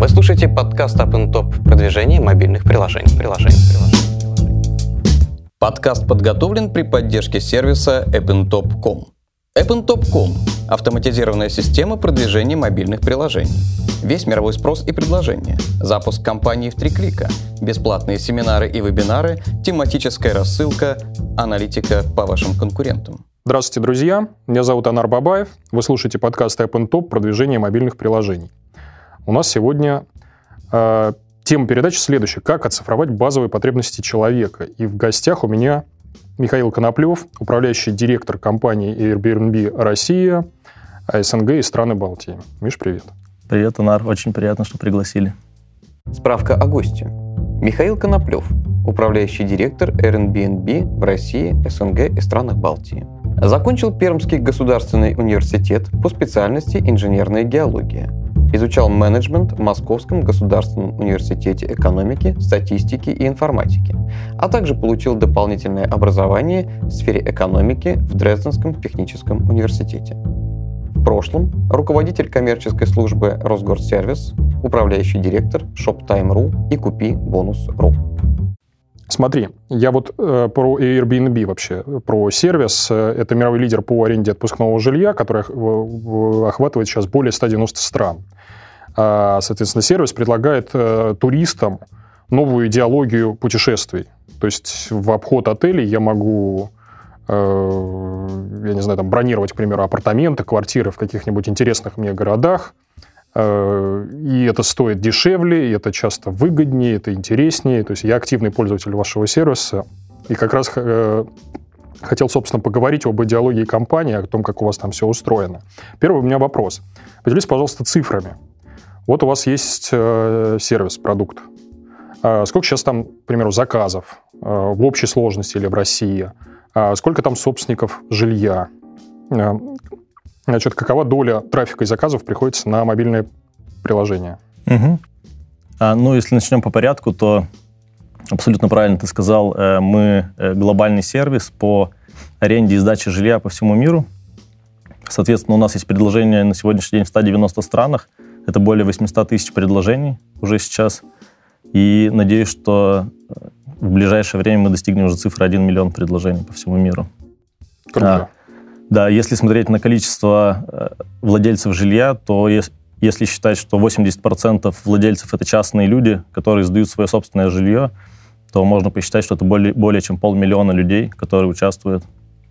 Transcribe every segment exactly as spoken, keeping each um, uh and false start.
Вы слушаете подкаст App энд Top продвижение мобильных приложений. приложений, приложений. Подкаст подготовлен при поддержке сервиса эп энд топ точка ком. эп энд топ точка ком – автоматизированная система продвижения мобильных приложений. Весь мировой спрос и предложения. Запуск кампании в три клика. Бесплатные семинары и вебинары, тематическая рассылка, аналитика по вашим конкурентам. Здравствуйте, друзья. Меня зовут Анар Бабаев. Вы слушаете подкаст App энд Top продвижение мобильных приложений. У нас сегодня э, тема передачи следующая. Как оцифровать базовые потребности человека. И в гостях у меня Михаил Коноплев, управляющий директор компании Airbnb Россия, СНГ и страны Балтии. Миш, привет. Привет, Анар. Очень приятно, что пригласили. Справка о госте. Михаил Коноплев, управляющий директор Airbnb в России, СНГ и странах Балтии. Закончил Пермский государственный университет по специальности инженерная геология. Изучал менеджмент в Московском государственном университете экономики, статистики и информатики, а также получил дополнительное образование в сфере экономики в Дрезденском техническом университете. В прошлом руководитель коммерческой службы Росгорсервис, управляющий директор Shoptime.ru и Купи Бонус.ру. Смотри, я вот э, про Airbnb вообще, про сервис. Это мировой лидер по аренде отпускного жилья, который охватывает сейчас более ста девяноста стран. А, соответственно, сервис предлагает э, туристам новую идеологию путешествий. То есть в обход отелей я могу, э, я не знаю, там, бронировать, к примеру, апартаменты, квартиры в каких-нибудь интересных мне городах. И это стоит дешевле, и это часто выгоднее, это интереснее. То есть я активный пользователь вашего сервиса. И как раз э, хотел, собственно, поговорить об идеологии компании, о том, как у вас там все устроено. Первый у меня вопрос. Поделитесь, пожалуйста, цифрами. Вот у вас есть э, сервис, продукт. Э, сколько сейчас там, к примеру, заказов э, в общей сложности или в России? Э, сколько там собственников жилья? Э, Значит, какова доля трафика и заказов приходится на мобильное приложение? Угу. А, ну, если начнем по порядку, то абсолютно правильно ты сказал. Мы глобальный сервис по аренде и сдаче жилья по всему миру. Соответственно, у нас есть предложения на сегодняшний день в ста девяноста странах. Это более восемьсот тысяч предложений уже сейчас. И надеюсь, что в ближайшее время мы достигнем уже цифры один миллион предложений по всему миру. Круто. А, Да, если смотреть на количество владельцев жилья, то если считать, что восемьдесят процентов владельцев — это частные люди, которые сдают свое собственное жилье, то можно посчитать, что это более, более чем полмиллиона людей, которые участвуют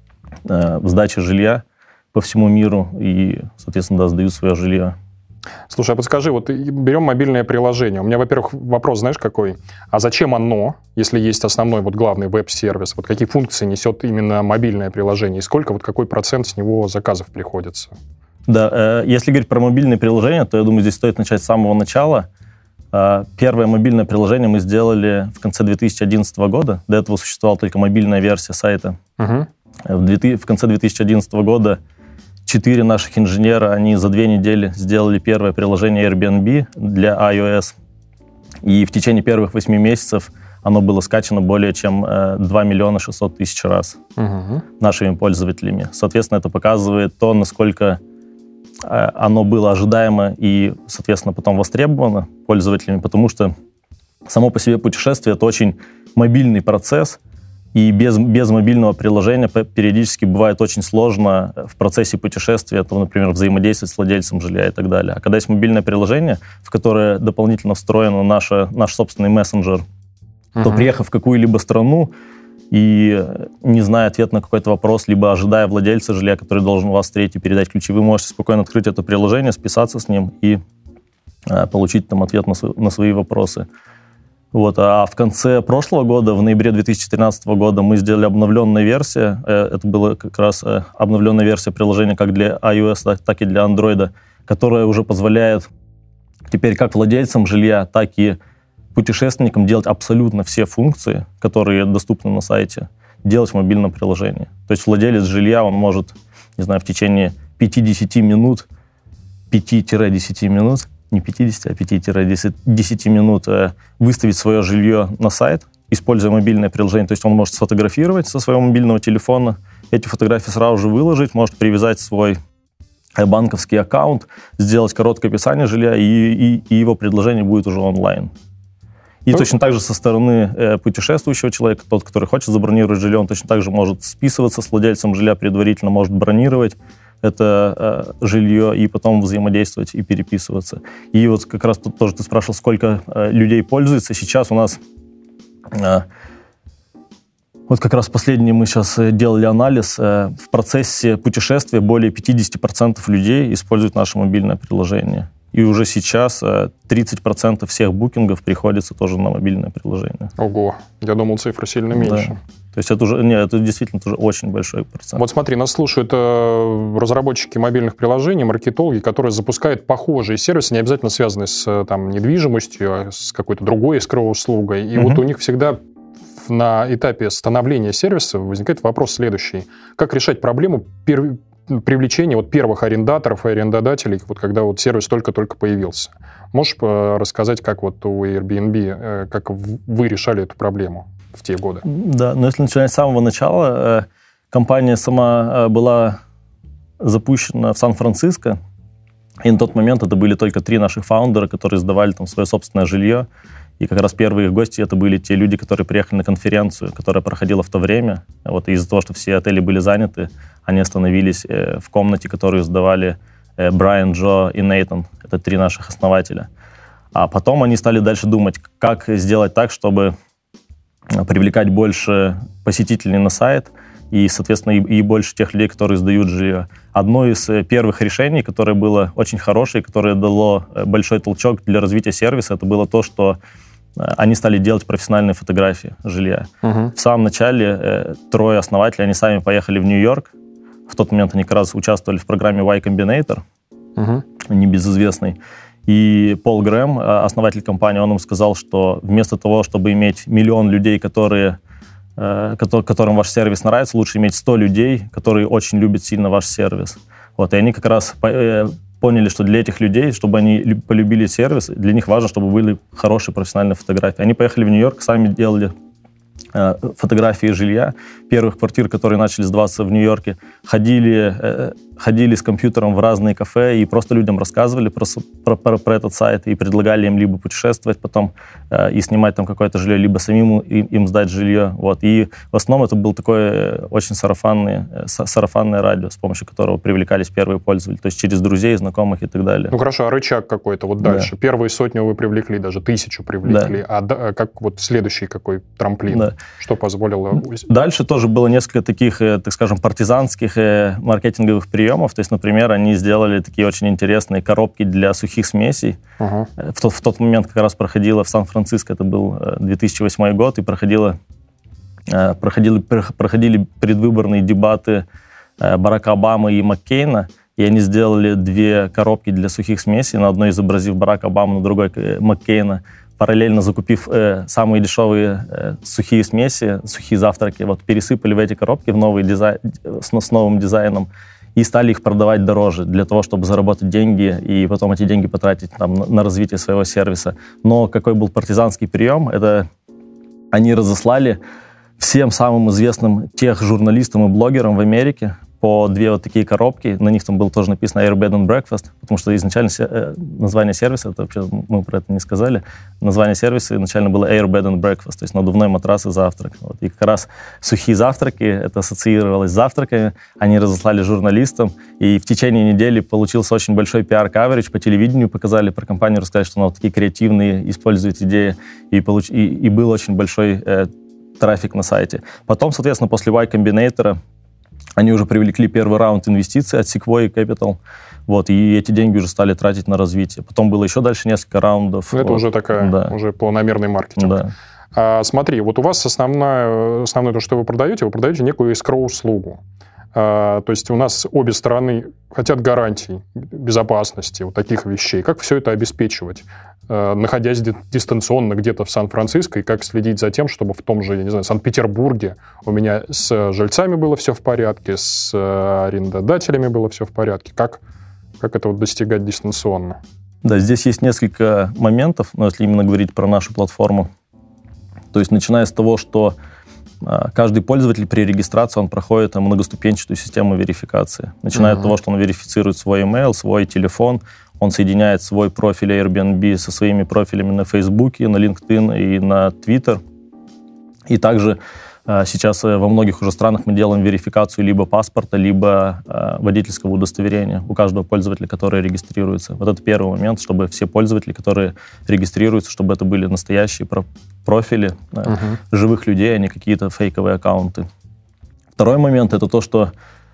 э, в сдаче жилья по всему миру и, соответственно, да, сдают свое жилье. Слушай, а подскажи, вот берем мобильное приложение. У меня, во-первых, вопрос, знаешь, какой? А зачем оно, если есть основной, вот главный веб-сервис? Вот какие функции несет именно мобильное приложение? И сколько, вот какой процент с него заказов приходится? Да, э, если говорить про мобильные приложения, то, я думаю, здесь стоит начать с самого начала. Э, первое мобильное приложение мы сделали в конце две тысячи одиннадцатого года. До этого существовала только мобильная версия сайта. Угу. В, в конце две тысячи одиннадцатого года Четыре наших инженера, они за две недели сделали первое приложение Airbnb для iOS. И в течение первых восьми месяцев оно было скачано более чем два миллиона шестьсот тысяч раз угу. нашими пользователями. Соответственно, это показывает то, насколько оно было ожидаемо и, соответственно, потом востребовано пользователями, потому что само по себе путешествие — это очень мобильный процесс, и без, без мобильного приложения периодически бывает очень сложно в процессе путешествия, то, например, взаимодействовать с владельцем жилья и так далее. А когда есть мобильное приложение, в которое дополнительно встроен наше, наш собственный мессенджер, uh-huh. то, приехав в какую-либо страну и не зная ответ на какой-то вопрос, либо ожидая владельца жилья, который должен вас встретить и передать ключи, вы можете спокойно открыть это приложение, списаться с ним и э, получить там ответ на, св- на свои вопросы. Вот, а в конце прошлого года, в ноябре две тысячи тринадцатого года, мы сделали обновленную версию. Это была как раз обновленная версия приложения как для iOS, так и для Android, которая уже позволяет теперь как владельцам жилья, так и путешественникам делать абсолютно все функции, которые доступны на сайте, делать в мобильном приложении. То есть владелец жилья, он может, не знаю, в течение пяти-десяти минут, пяти-десяти минут, не пятьдесят, а пяти-десяти минут выставить свое жилье на сайт, используя мобильное приложение. То есть он может сфотографировать со своего мобильного телефона, эти фотографии сразу же выложить, может привязать свой банковский аккаунт, сделать короткое описание жилья, и, и, и его предложение будет уже онлайн. И ну, точно так же со стороны э, путешествующего человека, тот, который хочет забронировать жилье, он точно так же может списываться с владельцем жилья предварительно, может бронировать это э, жилье и потом взаимодействовать и переписываться. И вот как раз тут тоже ты спрашивал, сколько э, людей пользуется. Сейчас у нас... Э, Вот как раз последний мы сейчас делали анализ. В процессе путешествия более пятьдесят процентов людей используют наше мобильное приложение. И уже сейчас тридцать процентов всех букингов приходится тоже на мобильное приложение. Ого, я думал, цифра сильно меньше. Да. То есть это уже, нет, это действительно тоже очень большой процент. Вот смотри, нас слушают э, разработчики мобильных приложений, маркетологи, которые запускают похожие сервисы, не обязательно связанные с там, недвижимостью, а с какой-то другой искровой услугой. И угу. вот у них всегда... на этапе становления сервиса возникает вопрос следующий. Как решать проблему пер... привлечения вот первых арендаторов и арендодателей, вот когда вот сервис только-только появился? Можешь рассказать, как вот у Airbnb, как вы решали эту проблему в те годы? Да, но если начинать с самого начала, компания сама была запущена в Сан-Франциско, и на тот момент это были только три наших фаундера, которые сдавали там свое собственное жилье. И как раз первые их гости это были те люди, которые приехали на конференцию, которая проходила в то время. Вот, и из-за того, что все отели были заняты, они остановились э, в комнате, которую сдавали э, Брайан, Джо и Нейтан. Это три наших основателя. А потом они стали дальше думать, как сделать так, чтобы привлекать больше посетителей на сайт и, соответственно, и, и больше тех людей, которые сдают жилье. Одно из первых решений, которое было очень хорошее, которое дало большой толчок для развития сервиса, это было то, что они стали делать профессиональные фотографии жилья. Uh-huh. В самом начале э, трое основателей, они сами поехали в Нью-Йорк. В тот момент они как раз участвовали в программе Y Combinator, uh-huh. небезызвестной. И Пол Грэм, основатель компании, он им сказал, что вместо того, чтобы иметь миллион людей, которые, э, которым ваш сервис нравится, лучше иметь сто людей, которые очень любят сильно ваш сервис. Вот, и они как раз... Э, поняли, что для этих людей, чтобы они полюбили сервис, для них важно, чтобы были хорошие профессиональные фотографии. Они поехали в Нью-Йорк, сами делали э, фотографии жилья, первых квартир, которые начали сдаваться в Нью-Йорке, ходили, э, ходили с компьютером в разные кафе и просто людям рассказывали про, про, про, про этот сайт и предлагали им либо путешествовать потом э, и снимать там какое-то жилье, либо самим им, им сдать жилье. Вот. И в основном это был такое очень сарафанное, сарафанное радио, с помощью которого привлекались первые пользователи, то есть через друзей, знакомых и так далее. Ну хорошо, а рычаг какой-то вот дальше? Да. Первые сотню вы привлекли, даже тысячу привлекли, да. а как вот следующий какой трамплин? Да. Что позволило... Дальше тоже было несколько таких, так скажем, партизанских маркетинговых приемов. То есть, например, они сделали такие очень интересные коробки для сухих смесей. Uh-huh. В, тот, в тот момент как раз проходила в Сан-Франциско, это был две тысячи восьмой год, и проходила, проходили, проходили предвыборные дебаты Барака Обамы и Маккейна, и они сделали две коробки для сухих смесей, на одной изобразив Барака Обаму, на другой Маккейна, параллельно закупив э, самые дешевые э, сухие смеси, сухие завтраки, вот, пересыпали в эти коробки в новый дизайн, с, с новым дизайном, и стали их продавать дороже для того, чтобы заработать деньги и потом эти деньги потратить там, на, на развитие своего сервиса. Но какой был партизанский прием? Это они разослали всем самым известным тех журналистам и блогерам в Америке по две вот такие коробки. На них там было тоже написано Air Bed and Breakfast, потому что изначально э, название сервиса, это вообще мы про это не сказали, название сервиса изначально было Air Bed and Breakfast, то есть надувной матрас и завтрак. Вот. И как раз сухие завтраки, это ассоциировалось с завтраками, они разослали журналистам, и в течение недели получился очень большой пиар-каверидж, по телевидению показали про компанию, рассказали, что она вот такие креативные, использует идеи, и, получ... и, и был очень большой э, трафик на сайте. Потом, соответственно, после Y Combinator они уже привлекли первый раунд инвестиций от Sequoia Capital, вот, и эти деньги уже стали тратить на развитие. Потом было еще дальше несколько раундов. Это вот. уже такая, да. уже планомерный маркетинг. Да. А, смотри, вот у вас основное, основное то, что вы продаете, вы продаете некую escrow-услугу. А, то есть у нас обе стороны хотят гарантий безопасности, вот таких вещей. Как все это обеспечивать? Находясь дистанционно где-то в Сан-Франциско, и как следить за тем, чтобы в том же, я не знаю, Санкт-Петербурге у меня с жильцами было все в порядке, с арендодателями было все в порядке. Как, как это вот достигать дистанционно? Да, здесь есть несколько моментов, но если именно говорить про нашу платформу, то есть начиная с того, что каждый пользователь при регистрации, он проходит многоступенчатую систему верификации. Начиная uh-huh. от того, что он верифицирует свой email, свой телефон, он соединяет свой профиль Airbnb со своими профилями на Facebook, на LinkedIn и на Twitter. И также сейчас во многих уже странах мы делаем верификацию либо паспорта, либо водительского удостоверения у каждого пользователя, который регистрируется. Вот это первый момент, чтобы все пользователи, которые регистрируются, чтобы это были настоящие профили uh-huh. живых людей, а не какие-то фейковые аккаунты. Второй момент — это то, что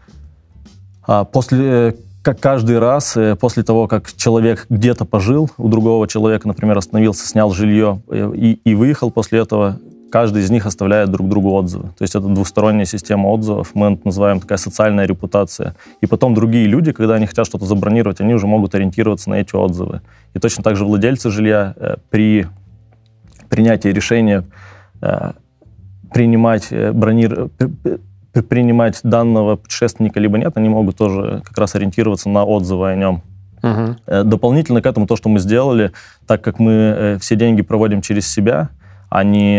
после, как каждый раз, после того, как человек где-то пожил, у другого человека, например, остановился, снял жилье и, и выехал после этого, каждый из них оставляет друг другу отзывы. То есть это двусторонняя система отзывов, мы это называем такая социальная репутация. И потом другие люди, когда они хотят что-то забронировать, они уже могут ориентироваться на эти отзывы. И точно так же владельцы жилья э, при принятии решения э, принимать, э, бронир... при, принимать данного путешественника либо нет, они могут тоже как раз ориентироваться на отзывы о нем. Uh-huh. Э, дополнительно к этому то, что мы сделали, так как мы э, все деньги проводим через себя, они,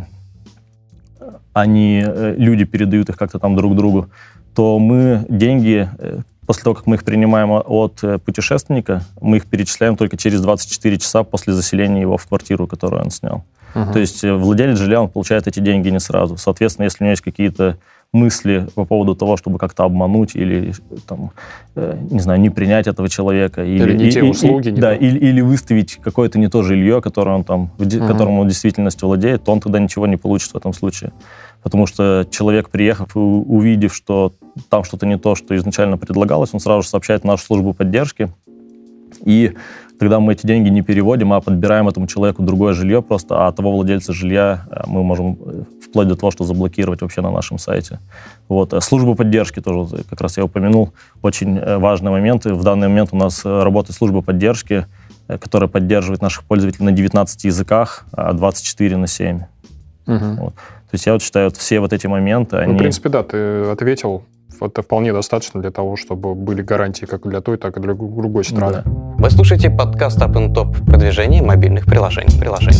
они, люди передают их как-то там друг другу, то мы деньги, после того, как мы их принимаем от путешественника, мы их перечисляем только через двадцать четыре часа после заселения его в квартиру, которую он снял. Uh-huh. То есть владелец жилья, он получает эти деньги не сразу. Соответственно, если у него есть какие-то мысли по поводу того, чтобы как-то обмануть или, там, э, не знаю, не принять этого человека. Или, или не и, те и, услуги. И, не да, или, или выставить какое-то не то жилье, которое он там, uh-huh. которым он в действительности владеет, то он тогда ничего не получит в этом случае. Потому что человек, приехав и увидев, что там что-то не то, что изначально предлагалось, он сразу же сообщает в нашу службу поддержки. И тогда мы эти деньги не переводим, а подбираем этому человеку другое жилье просто, а того владельца жилья мы можем вплоть до того, что заблокировать вообще на нашем сайте. Вот. Служба поддержки тоже, как раз я упомянул, очень важный момент. В данный момент у нас работает служба поддержки, которая поддерживает наших пользователей на девятнадцати языках, а двадцать четыре на семь. Угу. Вот. То есть я вот считаю, вот все вот эти моменты, они... Ну, в принципе, да, ты ответил. Это вполне достаточно для того, чтобы были гарантии как для той, так и для другой страны. Да. Вы слушаете подкаст Up and Top продвижение мобильных приложений. приложений,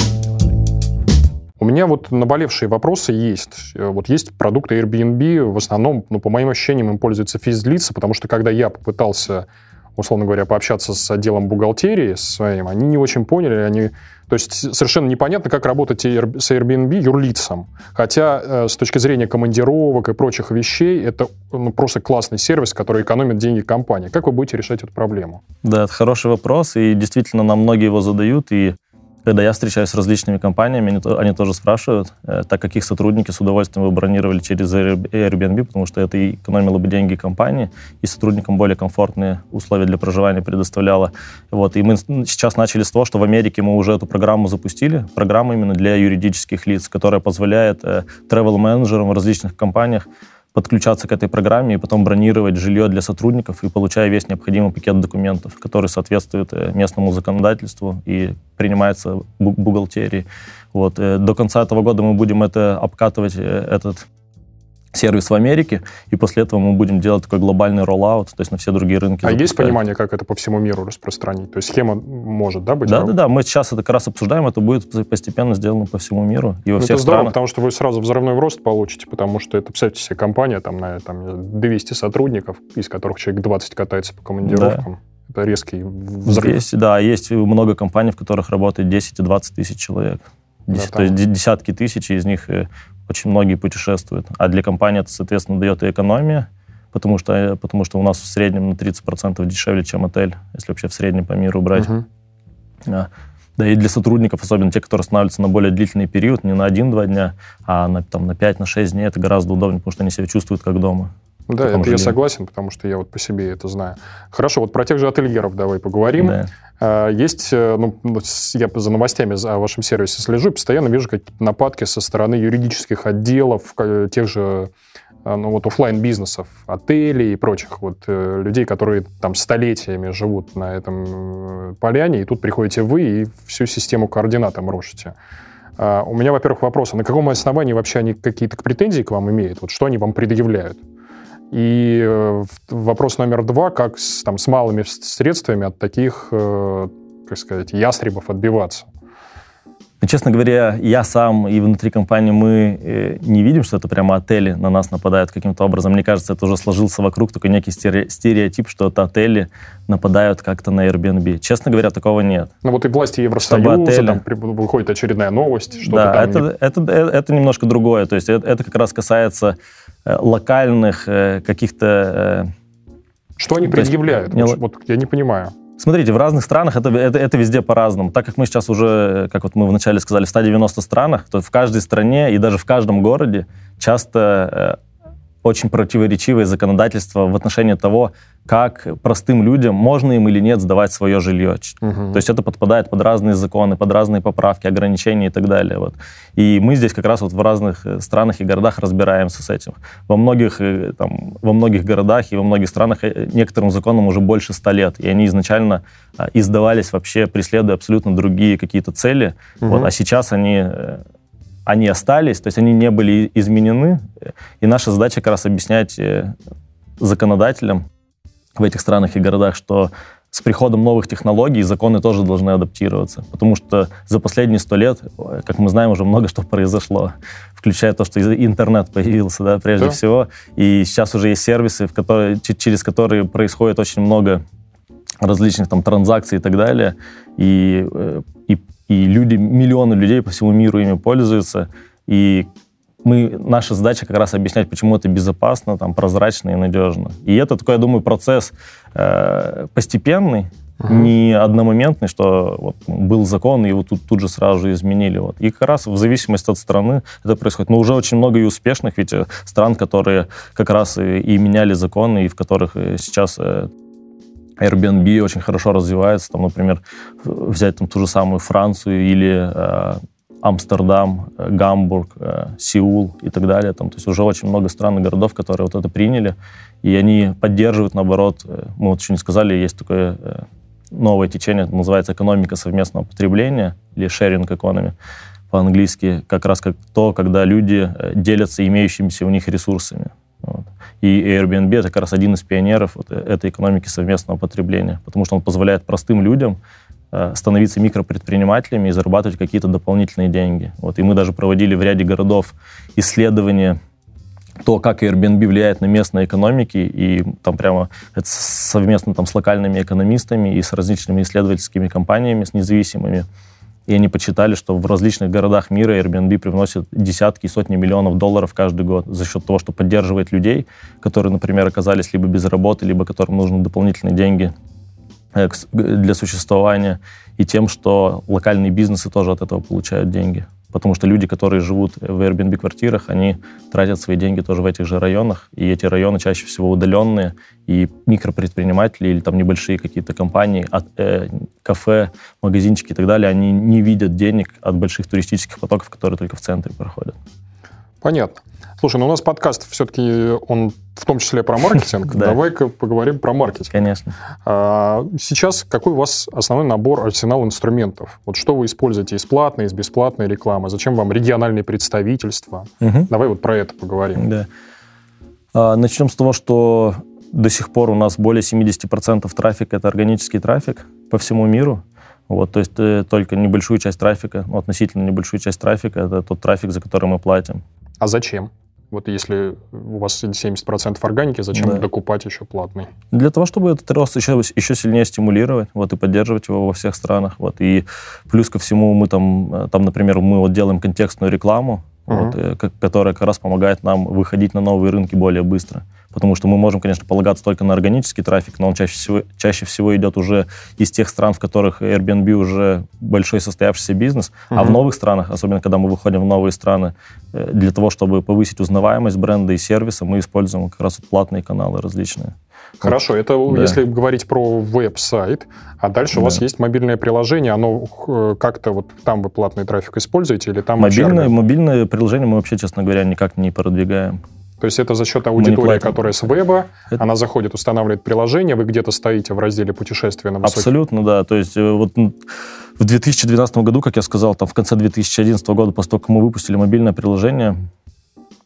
приложений. У меня вот наболевшие вопросы есть. Вот есть продукты Airbnb, в основном, ну, по моим ощущениям, им пользуются физлица, потому что когда я попытался, условно говоря, пообщаться с отделом бухгалтерии своим, они не очень поняли, они... То есть совершенно непонятно, как работать с Airbnb юрлицам. Хотя э, с точки зрения командировок и прочих вещей, это ну, просто классный сервис, который экономит деньги компании. Как вы будете решать эту проблему? Да, это хороший вопрос, и действительно нам многие его задают, и когда я встречаюсь с различными компаниями, они, они тоже спрашивают, э, так как их сотрудники с удовольствием бы бронировали через Airbnb, потому что это и экономило бы деньги компании, и сотрудникам более комфортные условия для проживания предоставляло. Вот. И мы сейчас начали с того, что в Америке мы уже эту программу запустили, программу именно для юридических лиц, которая позволяет э, travel-менеджерам в различных компаниях подключаться к этой программе и потом бронировать жилье для сотрудников и получая весь необходимый пакет документов, который соответствует местному законодательству и принимается бухгалтерией. Вот. До конца этого года мы будем это обкатывать, этот сервис в Америке, и после этого мы будем делать такой глобальный роллаут, то есть на все другие рынки. А запускать. Есть понимание, как это по всему миру распространить? То есть схема может, да, быть? Да, да, да. Мы сейчас это как раз обсуждаем, это будет постепенно сделано по всему миру и во ну, всех это здорово, странах. Потому что вы сразу взрывной рост получите, потому что это, представьте себе, компания там, на там, двести сотрудников, из которых человек двадцать катается по командировкам. Да. Это резкий взрыв. Есть, да, есть много компаний, в которых работает десять и двадцать тысяч человек. Десять, да, то есть десятки тысяч, из них очень многие путешествуют. А для компании это, соответственно, дает и экономия, потому что, потому что у нас в среднем на тридцать процентов дешевле, чем отель, если вообще в среднем по миру брать. Uh-huh. А, да и для сотрудников, особенно те, которые останавливаются на более длительный период, не на один-два дня, а на, там, на пять-шесть дней, это гораздо удобнее, потому что они себя чувствуют как дома. Да, это я согласен, потому что я вот по себе это знаю. Хорошо, вот про тех же ательеров давай поговорим. Да. Есть, ну, я за новостями о вашем сервисе слежу, и постоянно вижу какие-то нападки со стороны юридических отделов, тех же, ну, вот офлайн-бизнесов, отелей и прочих вот людей, которые там столетиями живут на этом поляне, и тут приходите вы и всю систему координат им рушите. У меня, во-первых, вопрос, а на каком основании вообще они какие-то претензии к вам имеют? Вот что они вам предъявляют? И вопрос номер два, как с, там, с малыми средствами от таких, э, как сказать, ястребов отбиваться? Но, честно говоря, я сам и внутри компании мы э, не видим, что это прямо отели на нас нападают каким-то образом. Мне кажется, это уже сложился вокруг такой некий стереотип, что это отели нападают как-то на Airbnb. Честно говоря, такого нет. Ну вот и власти Евросоюза, отели... там выходит очередная новость, что-то да, там... это, Не... это, это, это немножко другое. То есть это, это как раз касается э, локальных э, каких-то... Э, что они предъявляют? Есть, вот, вот я не понимаю. Смотрите, в разных странах это, это, это везде по-разному. Так как мы сейчас уже, как вот мы вначале сказали, в ста девяноста странах, то в каждой стране и даже в каждом городе часто э, очень противоречивое законодательство в отношении того, как простым людям, можно им или нет сдавать свое жилье. Uh-huh. То есть это подпадает под разные законы, под разные поправки, ограничения и так далее. Вот. И мы здесь как раз вот в разных странах и городах разбираемся с этим. Во многих, там, во многих городах и во многих странах некоторым законам уже больше ста лет, и они изначально издавались вообще, преследуя абсолютно другие какие-то цели, uh-huh. вот, а сейчас они... они остались, то есть они не были изменены, и наша задача как раз объяснять законодателям в этих странах и городах, что с приходом новых технологий законы тоже должны адаптироваться, потому что за последние сто лет, как мы знаем, уже много что произошло, включая то, что интернет появился, да, прежде да. всего, и сейчас уже есть сервисы, в которые, через которые происходит очень много различных там транзакций и так далее, и, и И люди, миллионы людей по всему миру ими пользуются. И мы, наша задача как раз объяснять, почему это безопасно, там, прозрачно и надежно. И это такой, я думаю, процесс э, постепенный, uh-huh. не одномоментный, что вот, был закон, и его тут, тут же сразу же изменили. Вот. И как раз в зависимости от страны это происходит. Но уже очень много и успешных ведь стран, которые как раз и, и меняли законы, и в которых сейчас... Э, Airbnb очень хорошо развивается, там, например, взять там ту же самую Францию или э, Амстердам, э, Гамбург, э, Сеул и так далее. Там, то есть уже очень много стран и городов, которые вот это приняли, и они поддерживают, наоборот, э, мы вот еще не сказали, есть такое э, новое течение, это называется экономика совместного потребления, или sharing economy по-английски, как раз как то, когда люди э, делятся имеющимися у них ресурсами. Вот. И Airbnb — это как раз один из пионеров вот этой экономики совместного потребления, потому что он позволяет простым людям э, становиться микропредпринимателями и зарабатывать какие-то дополнительные деньги. Вот. И мы даже проводили в ряде городов исследования то, как Airbnb влияет на местные экономики, и там прямо это совместно там, с локальными экономистами и с различными исследовательскими компаниями, с независимыми. И они подсчитали, что в различных городах мира Airbnb привносит десятки и сотни миллионов долларов каждый год за счет того, что поддерживает людей, которые, например, оказались либо без работы, либо которым нужны дополнительные деньги для существования, и тем, что локальные бизнесы тоже от этого получают деньги. Потому что люди, которые живут в Airbnb-квартирах, они тратят свои деньги тоже в этих же районах, и эти районы чаще всего удаленные, и микропредприниматели или там небольшие какие-то компании, от, э, кафе, магазинчики и так далее, они не видят денег от больших туристических потоков, которые только в центре проходят. Понятно. Слушай, ну у нас подкаст все-таки, он в том числе про маркетинг. Давай-ка поговорим про маркетинг. Конечно. Сейчас какой у вас основной набор, арсенал инструментов? Вот что вы используете из платной, из бесплатной рекламы? Зачем вам региональные представительства? Угу. Давай вот про это поговорим. Да. Начнем с того, что до сих пор у нас более семьдесят процентов трафика — это органический трафик по всему миру. Вот, то есть э, только небольшую часть трафика, ну, относительно небольшую часть трафика — это тот трафик, за который мы платим. А зачем? Вот если у вас семьдесят процентов органики, зачем да. докупать еще платный? Для того, чтобы этот рост еще, еще сильнее стимулировать, вот, и поддерживать его во всех странах. Вот. И плюс ко всему мы там, там например, мы вот делаем контекстную рекламу, uh-huh. вот, которая как раз помогает нам выходить на новые рынки более быстро. Потому что мы можем, конечно, полагаться только на органический трафик, но он чаще всего, чаще всего идет уже из тех стран, в которых Airbnb уже большой состоявшийся бизнес. Uh-huh. А в новых странах, особенно когда мы выходим в новые страны, для того, чтобы повысить узнаваемость бренда и сервиса, мы используем как раз вот платные каналы различные. Хорошо, это да. если говорить про веб-сайт, а дальше да. у вас есть мобильное приложение, оно как-то вот там вы платный трафик используете или там... Мобильное, мобильное приложение мы вообще, честно говоря, никак не продвигаем. То есть это за счет аудитории, которая с веба, это... она заходит, устанавливает приложение, вы где-то стоите в разделе путешествия на высокий... Абсолютно, да. То есть вот в две тысячи двенадцатом году, как я сказал, там в конце две тысячи одиннадцатого года, после того, как мы выпустили мобильное приложение,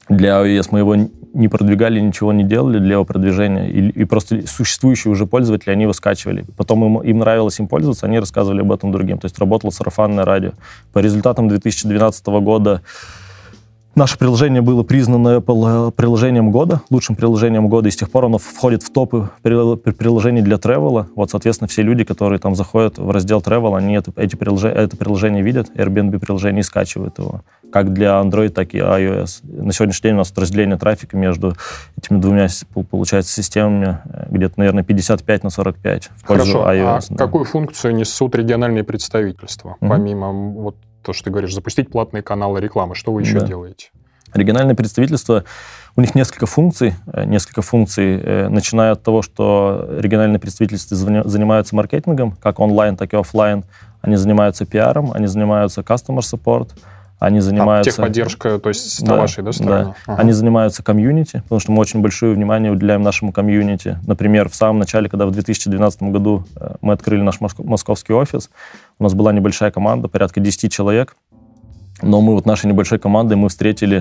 Для iOS мы его не продвигали, ничего не делали для его продвижения. И, и просто существующие уже пользователи, они его скачивали. Потом им, им нравилось им пользоваться, они рассказывали об этом другим. То есть работало сарафанное радио. По результатам две тысячи двенадцатого года наше приложение было признано Apple приложением года, лучшим приложением года, и с тех пор оно входит в топы приложений для тревела. Вот, соответственно, все люди, которые там заходят в раздел travel, они это, эти приложения, это приложение видят, Airbnb-приложение, и скачивают его. Как для Android, так и iOS. На сегодняшний день у нас разделение трафика между этими двумя, получается, системами где-то, наверное, пятьдесят пять на сорок пять в пользу Хорошо. iOS. А да. какую функцию несут региональные представительства, mm-hmm. помимо вот то, что ты говоришь, запустить платные каналы рекламы? Что вы еще да. делаете? Региональное представительство, у них несколько функций, несколько функций, начиная от того, что региональные представительства занимаются маркетингом, как онлайн, так и офлайн. Они занимаются пиаром, они занимаются customer support, они занимаются... А техподдержка, то есть на да, вашей да, стороне? Да. Ага. Они занимаются комьюнити, потому что мы очень большое внимание уделяем нашему комьюнити. Например, в самом начале, когда в две тысячи двенадцатом году мы открыли наш московский офис, у нас была небольшая команда, порядка десять человек, но мы вот нашей небольшой командой мы встретили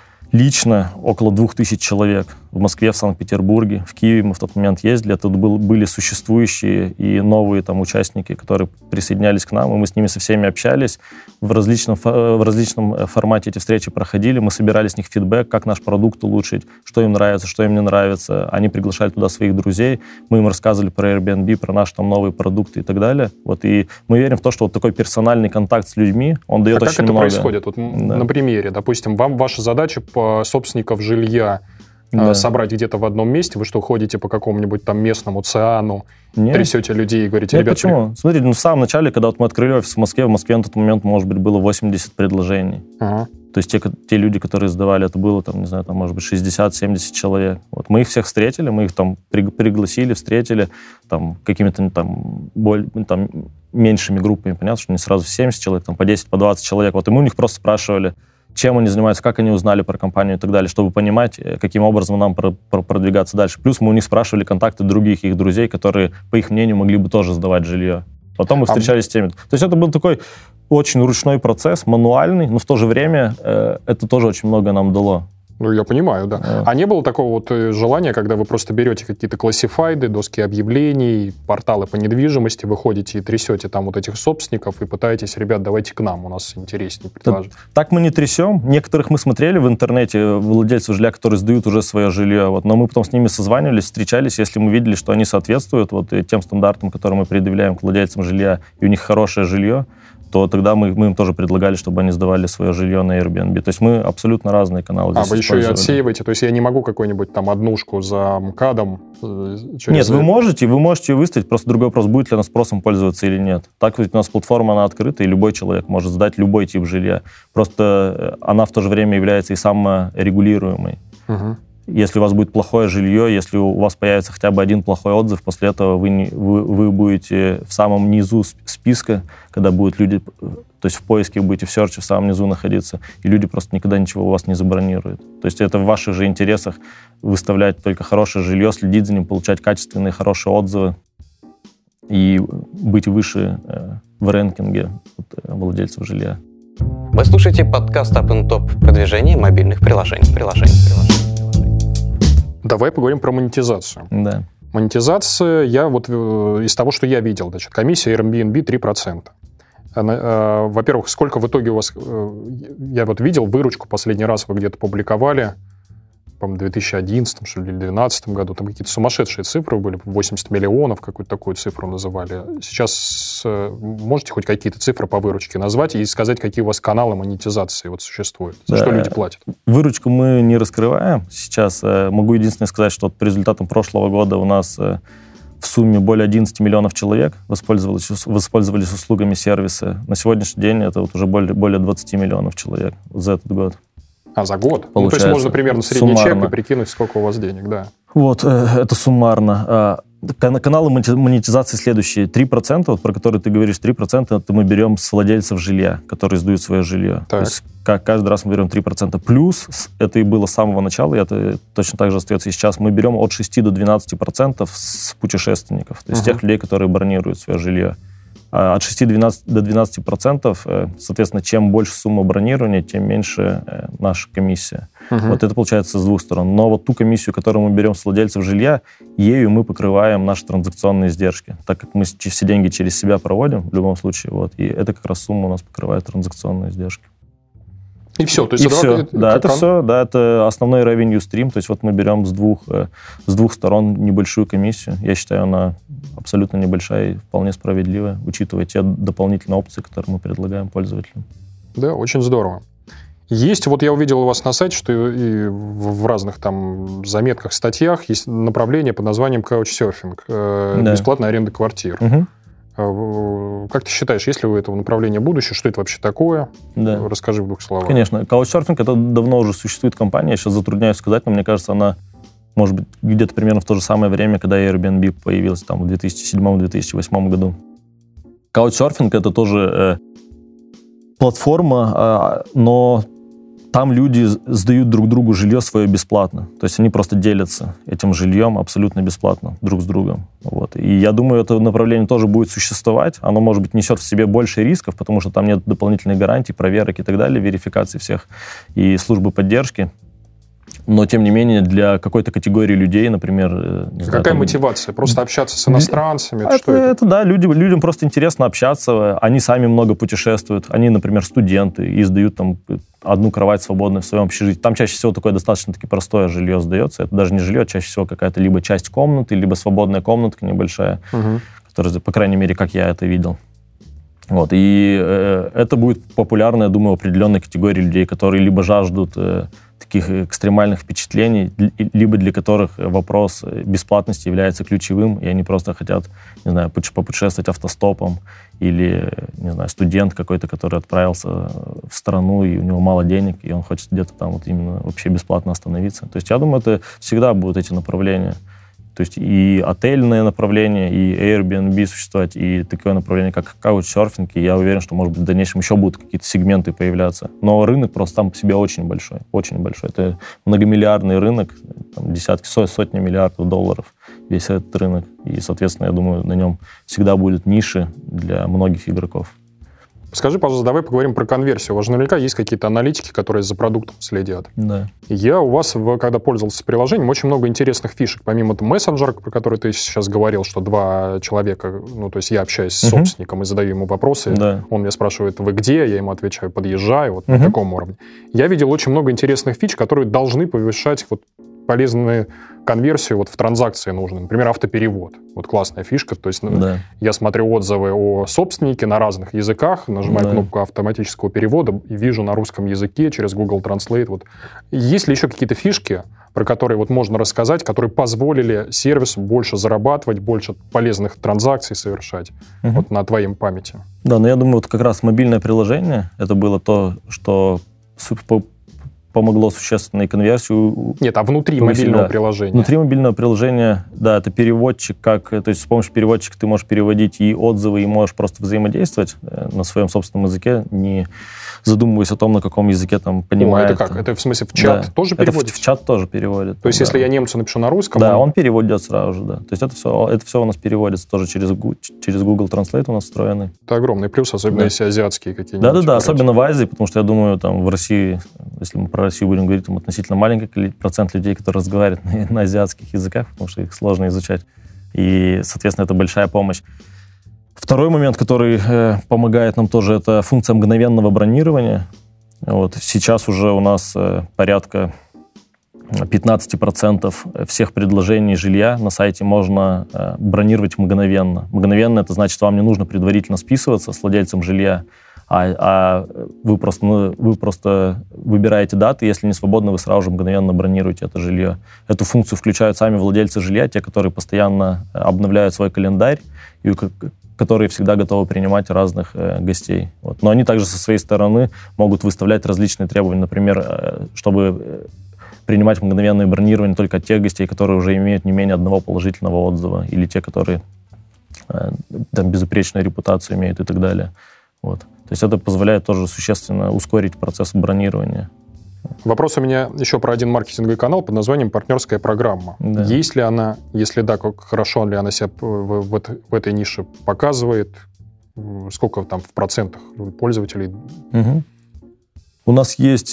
лично около двух тысяч человек в Москве, в Санкт-Петербурге, в Киеве мы в тот момент ездили. Тут был, были существующие и новые там участники, которые присоединялись к нам, и мы с ними со всеми общались. В различном, в различном формате эти встречи проходили, мы собирали с них фидбэк, как наш продукт улучшить, что им нравится, что им не нравится. Они приглашали туда своих друзей, мы им рассказывали про Airbnb, про наши там новые продукты и так далее. Вот, и мы верим в то, что вот такой персональный контакт с людьми, он дает а очень много. много. Как это происходит? Вот да. На примере, допустим, вам ваша задача по собственников жилья да. собрать где-то в одном месте, вы что, ходите по какому-нибудь там местному циану, Нет. трясете людей и говорите, Нет, ребята... почему? При... Смотрите, ну в самом начале, когда вот мы открыли офис в Москве, в Москве на тот момент, может быть, было восемьдесят предложений. Ага. То есть те, те люди, которые сдавали, это было, там, не знаю, там, может быть, шестьдесят-семьдесят человек. Вот. Мы их всех встретили, мы их там при, пригласили, встретили там, какими-то там, боль, там, меньшими группами, понятно, что не сразу семьдесят человек, там, по десять, по двадцать человек. Вот. И мы у них просто спрашивали, чем они занимаются, как они узнали про компанию и так далее, чтобы понимать, каким образом нам про- про- продвигаться дальше. Плюс мы у них спрашивали контакты других их друзей, которые, по их мнению, могли бы тоже сдавать жилье. Потом мы встречались а... с теми. То есть это был такой очень ручной процесс, мануальный, но в то же время э, это тоже очень много нам дало. Ну, я понимаю, да. А. а не было такого вот желания, когда вы просто берете какие-то классифайды, доски объявлений, порталы по недвижимости, выходите и трясете там вот этих собственников и пытаетесь, ребят, давайте к нам, у нас интереснее предложить. Так мы не трясем. Некоторых мы смотрели в интернете, владельцев жилья, которые сдают уже свое жилье, вот, но мы потом с ними созванивались, встречались, если мы видели, что они соответствуют вот тем стандартам, которые мы предъявляем к владельцам жилья, и у них хорошее жилье, то тогда мы, мы им тоже предлагали, чтобы они сдавали свое жилье на Airbnb. То есть мы абсолютно разные каналы здесь А вы еще и отсеиваете? То есть я не могу какую-нибудь там однушку за МКАДом? Через... Нет, вы можете, вы можете выставить, просто другой вопрос, будет ли она спросом пользоваться или нет. Так ведь у нас платформа, она открыта, и любой человек может сдать любой тип жилья. Просто она в то же время является и саморегулируемой. Угу. Если у вас будет плохое жилье, если у вас появится хотя бы один плохой отзыв, после этого вы, не, вы, вы будете в самом низу списка, когда будут люди, то есть в поиске будете в серче в самом низу находиться, и люди просто никогда ничего у вас не забронируют. То есть это в ваших же интересах выставлять только хорошее жилье, следить за ним, получать качественные, хорошие отзывы и быть выше э, в рэнкинге владельцев жилья. Вы слушаете подкаст Up and Top продвижение мобильных приложений. приложений, приложений. Давай поговорим про монетизацию. Да. Монетизация, я вот из того, что я видел, значит, комиссия Airbnb три процента. Во-первых, сколько в итоге у вас... Я вот видел выручку последний раз, вы где-то публиковали, по-моему, в две тысячи одиннадцатом, что ли, или две тысячи двенадцатом году. Там какие-то сумасшедшие цифры были, восемьдесят миллионов, какую-то такую цифру называли. Сейчас можете хоть какие-то цифры по выручке назвать и сказать, какие у вас каналы монетизации вот существуют? За да. что люди платят? Выручку мы не раскрываем сейчас. Могу единственное сказать, что по результатам прошлого года у нас в сумме более одиннадцать миллионов человек воспользовались, воспользовались услугами сервиса. На сегодняшний день это вот уже более, более двадцать миллионов человек за этот год. А, за год? Ну, то есть можно примерно средний суммарно. чек и прикинуть, сколько у вас денег, да. Вот, это суммарно. Каналы монетизации следующие. три процента, вот про которые ты говоришь, три процента это мы берем с владельцев жилья, которые сдают свое жилье. Так. То есть как каждый раз мы берем три процента. Плюс, это и было с самого начала, и это точно так же остается и сейчас, мы берем от шести до двенадцати процентов с путешественников, то есть uh-huh. тех людей, которые бронируют свое жилье. от шести до двенадцати процентов, соответственно, чем больше сумма бронирования, тем меньше наша комиссия. Uh-huh. Вот это получается с двух сторон. Но вот ту комиссию, которую мы берем с владельцев жилья, ею мы покрываем наши транзакционные издержки, так как мы все деньги через себя проводим в любом случае, вот, и это как раз сумма у нас покрывает транзакционные издержки. И все. То есть и это, все. Это, да, это это все. Да, это основной revenue stream. То есть вот мы берем с двух, с двух сторон небольшую комиссию. Я считаю, она абсолютно небольшая и вполне справедливая, учитывая те дополнительные опции, которые мы предлагаем пользователям. Да, очень здорово. Есть, вот я увидел у вас на сайте, что и в разных там заметках, статьях есть направление под названием каучсерфинг, да. Бесплатная аренда квартир. Угу. Как ты считаешь, есть ли у этого направления будущее? Что это вообще такое? Да. Расскажи в двух словах. Конечно. Каучсерфинг — это давно уже существует компания. Я сейчас затрудняюсь сказать, но мне кажется, она, может быть, где-то примерно в то же самое время, когда Airbnb появился там в две тысячи седьмом - две тысячи восьмом году. Каучсерфинг — это тоже э, платформа, э, но там люди сдают друг другу жилье свое бесплатно. То есть они просто делятся этим жильем абсолютно бесплатно друг с другом. Вот. И я думаю, это направление тоже будет существовать. Оно, может быть, несет в себе больше рисков, потому что там нет дополнительных гарантий, проверок и так далее, верификации всех и службы поддержки. Но, тем не менее, для какой-то категории людей, например... Не знаю, какая там... мотивация? Просто общаться с иностранцами? Это, что это? это да, люди, людям просто интересно общаться. Они сами много путешествуют. Они, например, студенты и сдают там одну кровать свободную в своем общежитии. Там чаще всего такое достаточно-таки простое жилье сдается. Это даже не жилье, а чаще всего какая-то либо часть комнаты, либо свободная комнатка небольшая, угу. которая, по крайней мере, как я это видел. Вот. И э, это будет популярно, я думаю, определенной категории людей, которые либо жаждут э, таких экстремальных впечатлений, либо для которых вопрос бесплатности является ключевым, и они просто хотят, не знаю, попутешествовать автостопом, или, не знаю, студент какой-то, который отправился в страну, и у него мало денег, и он хочет где-то там вот именно вообще бесплатно остановиться. То есть я думаю, это всегда будут эти направления. То есть и отельное направление, и Airbnb существовать, и такое направление, как каучсерфинг. И я уверен, что, может быть, в дальнейшем еще будут какие-то сегменты появляться. Но рынок просто сам по себе очень большой. Очень большой. Это многомиллиардный рынок, там, десятки, сотни миллиардов долларов весь этот рынок. И, соответственно, я думаю, на нем всегда будут ниши для многих игроков. Скажи, пожалуйста, давай поговорим про конверсию. У вас же наверняка есть какие-то аналитики, которые за продуктом следят. Да. Я у вас, когда пользовался приложением, очень много интересных фишек. Помимо этого мессенджера, про который ты сейчас говорил, что два человека, ну, то есть я общаюсь с uh-huh. собственником и задаю ему вопросы. Да. Он меня спрашивает, вы где? Я ему отвечаю, подъезжаю. Вот uh-huh. на таком уровне. Я видел очень много интересных фич, которые должны повышать вот полезную конверсию вот в транзакции нужно. Например, автоперевод. Вот классная фишка. То есть да. я смотрю отзывы о собственнике на разных языках, нажимаю да. кнопку автоматического перевода и вижу на русском языке через Google Translate. Вот. Есть ли еще какие-то фишки, про которые вот можно рассказать, которые позволили сервису больше зарабатывать, больше полезных транзакций совершать угу. вот на твоей памяти? Да, но я думаю, вот как раз мобильное приложение, это было то, что помогло существенно и конверсию. Нет, а внутри повысить, мобильного да. приложения? Внутри мобильного приложения, да, это переводчик, как, то есть с помощью переводчика ты можешь переводить и отзывы, и можешь просто взаимодействовать на своем собственном языке, не задумываясь о том, на каком языке там понимает. О, это как? Это в смысле в чат да. тоже переводит? Это в, в чат тоже переводит. То есть да. если я немцу напишу на русском? Да, он, он переводит сразу же, да. То есть это все, это все у нас переводится тоже через, через Google Translate у нас встроенный. Это огромный плюс, особенно да. если азиатские какие-нибудь. Да-да-да, особенно в Азии, потому что я думаю, там в России, если мы про Россию будем говорить, там относительно маленький процент людей, которые разговаривают на, на азиатских языках, потому что их сложно изучать. И, соответственно, это большая помощь. Второй момент, который э, помогает нам тоже, это функция мгновенного бронирования. Вот. Сейчас уже у нас э, порядка пятнадцать процентов всех предложений жилья на сайте можно э, бронировать мгновенно. Мгновенно — это значит, вам не нужно предварительно списываться с владельцем жилья, а, а вы, просто, ну, вы просто выбираете даты, если не свободно, вы сразу же мгновенно бронируете это жилье. Эту функцию включают сами владельцы жилья, те, которые постоянно обновляют свой календарь, и которые всегда готовы принимать разных э, гостей. Вот. Но они также со своей стороны могут выставлять различные требования. Например, э, чтобы принимать мгновенное бронирование только от тех гостей, которые уже имеют не менее одного положительного отзыва, или те, которые э, там, безупречную репутацию имеют и так далее. Вот. То есть это позволяет тоже существенно ускорить процесс бронирования. Вопрос у меня еще про один маркетинговый канал под названием «Партнерская программа». Да. Есть ли она, если да, как хорошо ли она себя в, в, в этой нише показывает, Сколько там в процентах пользователей? Угу. У нас есть...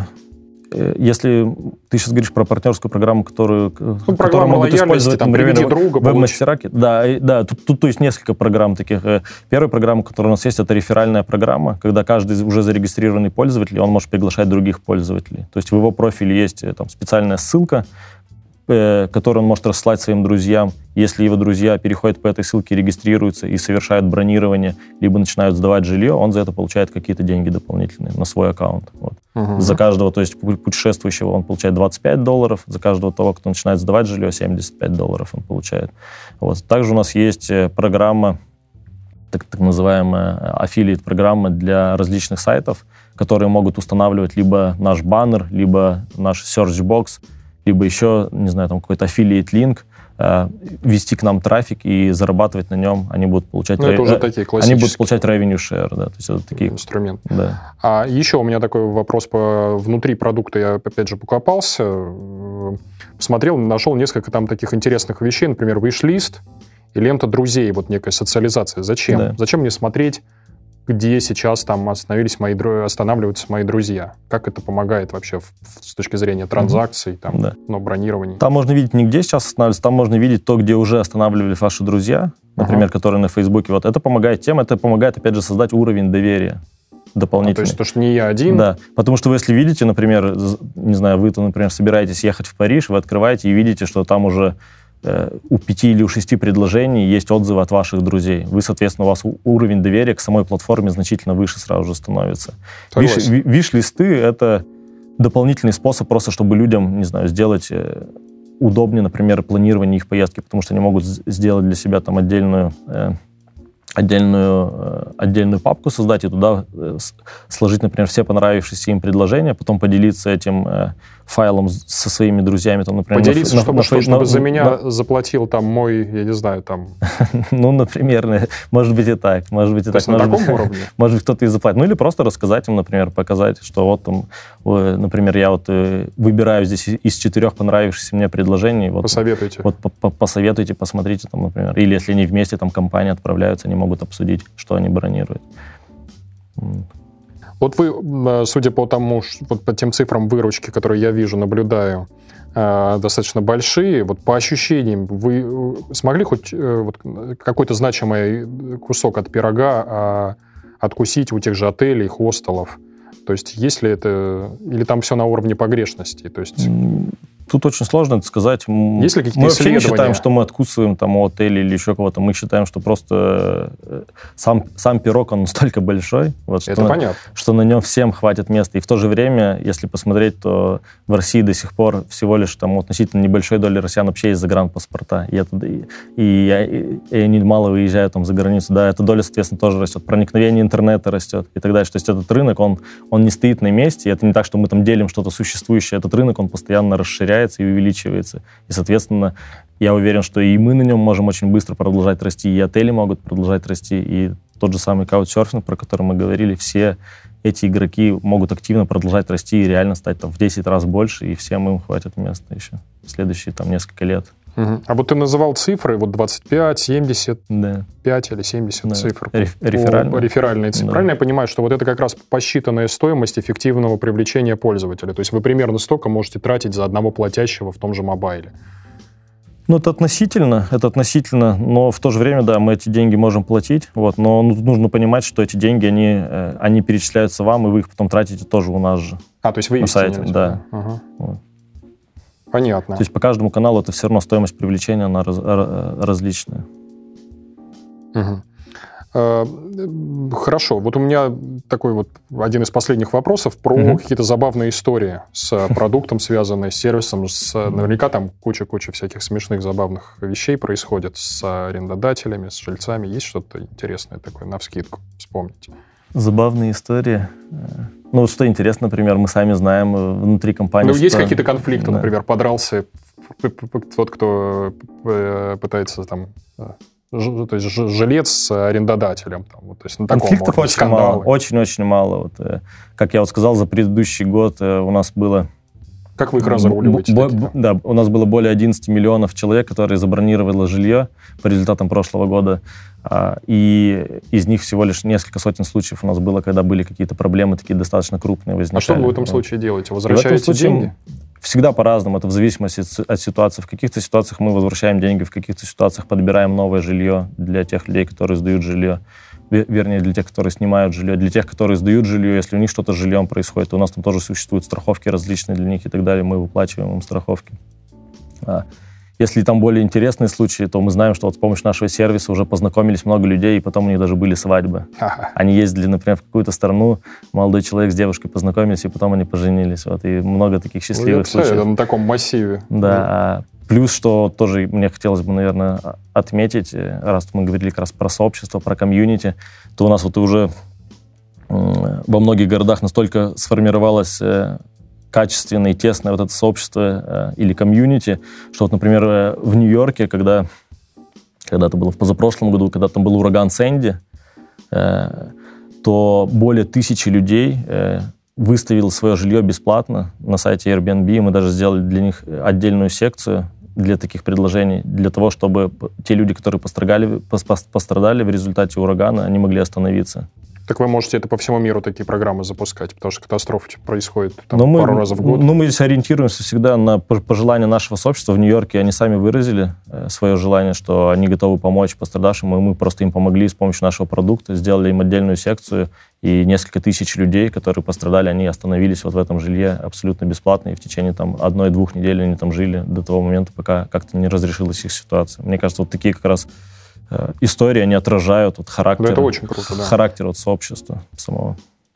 Если ты сейчас говоришь про партнерскую программу, которую, ну, которую могут использовать, там, например, друга, веб-мастера, да, да, тут, тут то есть несколько программ таких. Первая программа, которая у нас есть, это реферальная программа, когда каждый уже зарегистрированный пользователь, он может приглашать других пользователей. То есть в его профиле есть там специальная ссылка, которую он может рассылать своим друзьям. Если его друзья переходят по этой ссылке, регистрируются и совершают бронирование, либо начинают сдавать жилье, он за это получает какие-то деньги дополнительные на свой аккаунт. Вот. Uh-huh. За каждого, то есть путешествующего он получает двадцать пять долларов, за каждого того, кто начинает сдавать жилье, семьдесят пять долларов он получает. Вот. Также у нас есть программа, так, так называемая аффилиат-программа для различных сайтов, которые могут устанавливать либо наш баннер, либо наш search-бокс, либо еще, не знаю, там какой-то affiliate-линк, э, вести к нам трафик и зарабатывать на нем. Они будут получать... Ну, это уже такие классические. Они будут получать revenue share, да. То есть это такие... Инструмент. Да. А еще у меня такой вопрос по внутри продукта. Я, опять же, покопался, посмотрел, нашел несколько там таких интересных вещей. Например, wish-лист и лента друзей, вот некая социализация. Зачем? Да. Зачем мне смотреть, где сейчас там остановились мои, останавливаются мои друзья? Как это помогает вообще в, с точки зрения транзакций, там, да. ну, бронирования? Там можно видеть не где сейчас останавливаются, там можно видеть то, где уже останавливались ваши друзья, например, uh-huh. которые на Фейсбуке. Вот это помогает тем, это помогает, опять же, создать уровень доверия дополнительный. А, то есть то, что не я один? Да, потому что вы, если видите, например, не знаю, вы, например, собираетесь ехать в Париж, вы открываете и видите, что там уже у пяти или у шести предложений есть отзывы от ваших друзей. Вы, соответственно, у вас уровень доверия к самой платформе значительно выше сразу же становится. Виш, виш-листы — это дополнительный способ просто, чтобы людям, не знаю, сделать удобнее, например, планирование их поездки, потому что они могут сделать для себя там отдельную, отдельную, отдельную папку создать и туда сложить, например, все понравившиеся им предложения, потом поделиться этим файлом со своими друзьями. Там, например, поделиться, на, чтобы, на, что, на, чтобы на, за меня на... заплатил там мой, я не знаю, там... Ну, например, может быть и так. Может быть и То так. есть на может таком быть, уровне? Может быть, кто-то и заплатит. Ну, или просто рассказать им, например, показать, что вот там, например, я вот выбираю здесь из четырех понравившихся мне предложений. Вот, посоветуйте. Вот посоветуйте, посмотрите там, например. Или если они вместе, там, компании отправляются, они могут обсудить, что они бронируют. Вот вы, судя по тому, вот по тем цифрам выручки, которые я вижу, наблюдаю, достаточно большие. Вот по ощущениям, вы смогли хоть вот какой-то значимый кусок от пирога откусить у тех же отелей, хостелов? То есть есть ли это... Или там все на уровне погрешности? То есть... Тут очень сложно это сказать. Есть ли какие-то мы вообще не исследования? считаем, что мы откусываем там у отеля или еще кого-то. Мы считаем, что просто сам, сам пирог, он настолько большой, вот, это что, понятно. На, что на нем всем хватит места. И в то же время, если посмотреть, то в России до сих пор всего лишь там относительно небольшой доли россиян вообще есть загранпаспорта. И, это, и, и, и они мало выезжают там за границу. Да, эта доля, соответственно, тоже растет. Проникновение интернета растет и так далее. То есть этот рынок, он, он не стоит на месте. И это не так, что мы там делим что-то существующее. Этот рынок, он постоянно расширяется и увеличивается. И, соответственно, я уверен, что и мы на нем можем очень быстро продолжать расти, и отели могут продолжать расти, и тот же самый каучсерфинг, про который мы говорили, все эти игроки могут активно продолжать расти и реально стать там в десять раз больше, и всем им хватит места еще в следующие там несколько лет. Угу. А вот ты называл цифры, вот двадцать пять, семьдесят да. пять или семьдесят да. цифр. Реф, реферальные. Реферальные цифры. Да. Правильно я понимаю, что вот это как раз посчитанная стоимость эффективного привлечения пользователя? То есть вы примерно столько можете тратить за одного платящего в том же мобайле? Ну, это относительно, это относительно, но в то же время, да, мы эти деньги можем платить, вот, но нужно понимать, что эти деньги, они, они перечисляются вам, и вы их потом тратите тоже у нас же. А, то есть вы на сайте, да. Ага. Вот. Понятно. То есть по каждому каналу это все равно стоимость привлечения, она раз, различная. Угу. Хорошо. Вот у меня такой вот один из последних вопросов про угу. какие-то забавные истории с продуктом, связанные с сервисом. С, наверняка там куча-куча всяких смешных, забавных вещей происходит с арендодателями, с жильцами. Есть что-то интересное такое, навскидку вспомните? Забавные истории. Ну, вот что интересно, например, мы сами знаем внутри компании... Ну, что... есть какие-то конфликты, да. Например, подрался тот, кто пытается там... То есть жилец с арендодателем. Там, вот, то есть на конфликтов очень скандалы. мало, очень-очень мало. Вот, как я вот сказал, за предыдущий год у нас было Как вы их разруливаете? Бо- бо- да, у нас было более одиннадцать миллионов человек, которые забронировали жилье по результатам прошлого года. И из них всего лишь несколько сотен случаев у нас было, когда были какие-то проблемы такие достаточно крупные возникали. А что вы в этом случае делаете? Возвращаете случае деньги? Всегда по-разному. Это в зависимости от ситуации. В каких-то ситуациях мы возвращаем деньги, в каких-то ситуациях подбираем новое жилье для тех людей, которые сдают жилье. Вернее, для тех, которые снимают жилье. Для тех, которые сдают жилье, если у них что-то с жильем происходит, то у нас там тоже существуют страховки различные для них и так далее. Мы выплачиваем им страховки. Если там более интересные случаи, то мы знаем, что вот с помощью нашего сервиса уже познакомились много людей, и потом у них даже были свадьбы. Ага. Они ездили, например, в какую-то страну, молодой человек с девушкой познакомились, и потом они поженились. Вот, и много таких счастливых ну, случаев. Это на таком массиве. Да. да. Плюс, что тоже мне хотелось бы, наверное, отметить, раз мы говорили как раз про сообщество, про комьюнити, то у нас вот уже во многих городах настолько сформировалось качественное и тесное вот это сообщество э, или комьюнити, что вот, например, э, в Нью-Йорке, когда, когда это было в позапрошлом году, когда там был ураган Сэнди, э, то более тысячи людей э, выставило свое жилье бесплатно на сайте Airbnb. Мы даже сделали для них отдельную секцию для таких предложений, для того, чтобы те люди, которые пострадали, пострадали в результате урагана, они могли остановиться. Так вы можете это по всему миру такие программы запускать, потому что катастрофа происходит там, мы, пару раз в год. Ну, мы здесь ориентируемся всегда на пожелания нашего сообщества. В Нью-Йорке они сами выразили э, свое желание, что они готовы помочь пострадавшим, и мы просто им помогли с помощью нашего продукта, сделали им отдельную секцию, и несколько тысяч людей, которые пострадали, они остановились вот в этом жилье абсолютно бесплатно, и в течение там одной-двух недель они там жили до того момента, пока как-то не разрешилась их ситуация. Мне кажется, вот такие как раз истории, они отражают вот характер, это очень круто, да. характер вот сообщества самого.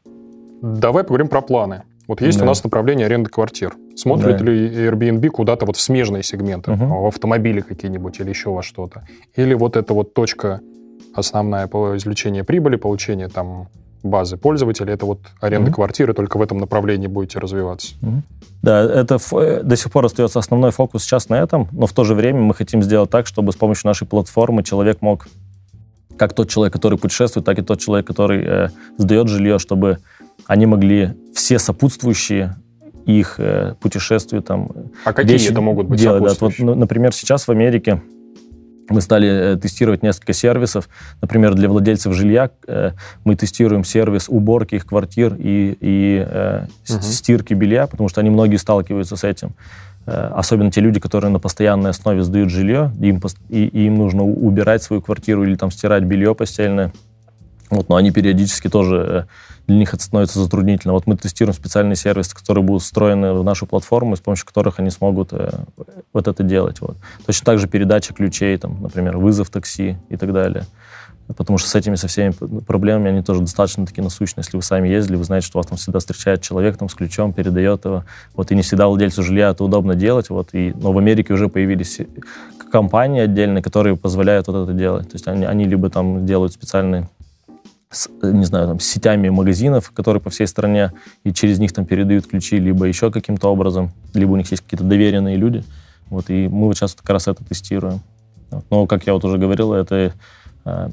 Давай поговорим про планы. Вот есть да. у нас направление аренды квартир. Смотрит да. ли Airbnb куда-то вот в смежные сегменты, угу. в автомобили какие-нибудь или еще во что-то? Или вот эта вот точка основная по извлечению прибыли, получение там базы пользователей, это вот аренда mm-hmm. квартиры, только в этом направлении будете развиваться. Mm-hmm. Да, это ф- до сих пор остается основной фокус сейчас на этом, но в то же время мы хотим сделать так, чтобы с помощью нашей платформы человек мог, как тот человек, который путешествует, так и тот человек, который э, сдает жилье, чтобы они могли все сопутствующие их э, путешествию там... А какие это могут быть делать, сопутствующие? Да, вот, например, сейчас в Америке мы стали тестировать несколько сервисов. Например, для владельцев жилья э, мы тестируем сервис уборки их квартир и, и э, uh-huh. стирки белья, потому что они многие сталкиваются с этим. Э, особенно те люди, которые на постоянной основе сдают жилье, им, и, и им нужно убирать свою квартиру или там стирать белье постельное. Вот, но они периодически тоже, для них это становится затруднительно. Вот мы тестируем специальные сервисы, которые будут встроены в нашу платформу, с помощью которых они смогут э, вот это делать. Вот. Точно так же передача ключей, там, например, вызов такси и так далее. Потому что с этими со всеми проблемами они тоже достаточно таки насущны. Если вы сами ездили, вы знаете, что вас там всегда встречает человек там, с ключом, передает его. Вот, и не всегда владельцу жилья это удобно делать. Вот, и, но в Америке уже появились компании отдельные, которые позволяют вот это делать. То есть они, они либо там делают специальные с, не знаю, там, с сетями магазинов, которые по всей стране, и через них там передают ключи, либо еще каким-то образом, либо у них есть какие-то доверенные люди. Вот, и мы вот сейчас как раз это тестируем. Вот. Но, как я вот уже говорил, это э,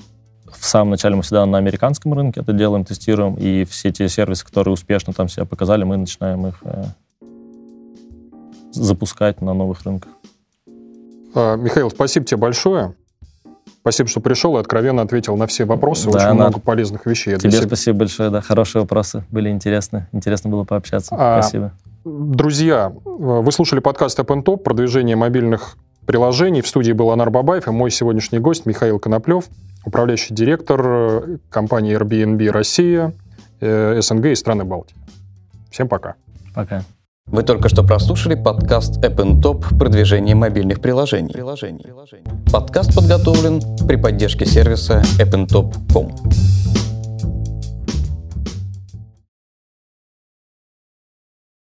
в самом начале мы всегда на американском рынке это делаем, тестируем, и все те сервисы, которые успешно там себя показали, мы начинаем их э, запускать на новых рынках. А, Михаил, спасибо тебе большое. Спасибо, что пришел и откровенно ответил на все вопросы. Да, очень на... много полезных вещей. Тебе себя... спасибо большое, да, хорошие вопросы, были интересны. Интересно было пообщаться. А, спасибо. Друзья, вы слушали подкаст App and Top, продвижение мобильных приложений. В студии был Анар Бабаев и мой сегодняшний гость Михаил Коноплев, управляющий директор компании Airbnb Россия, СНГ и страны Балтии. Всем пока. Пока. Вы только что прослушали подкаст App and Top «Продвижение мобильных приложений». Подкаст подготовлен при поддержке сервиса эп энд топ точка ком.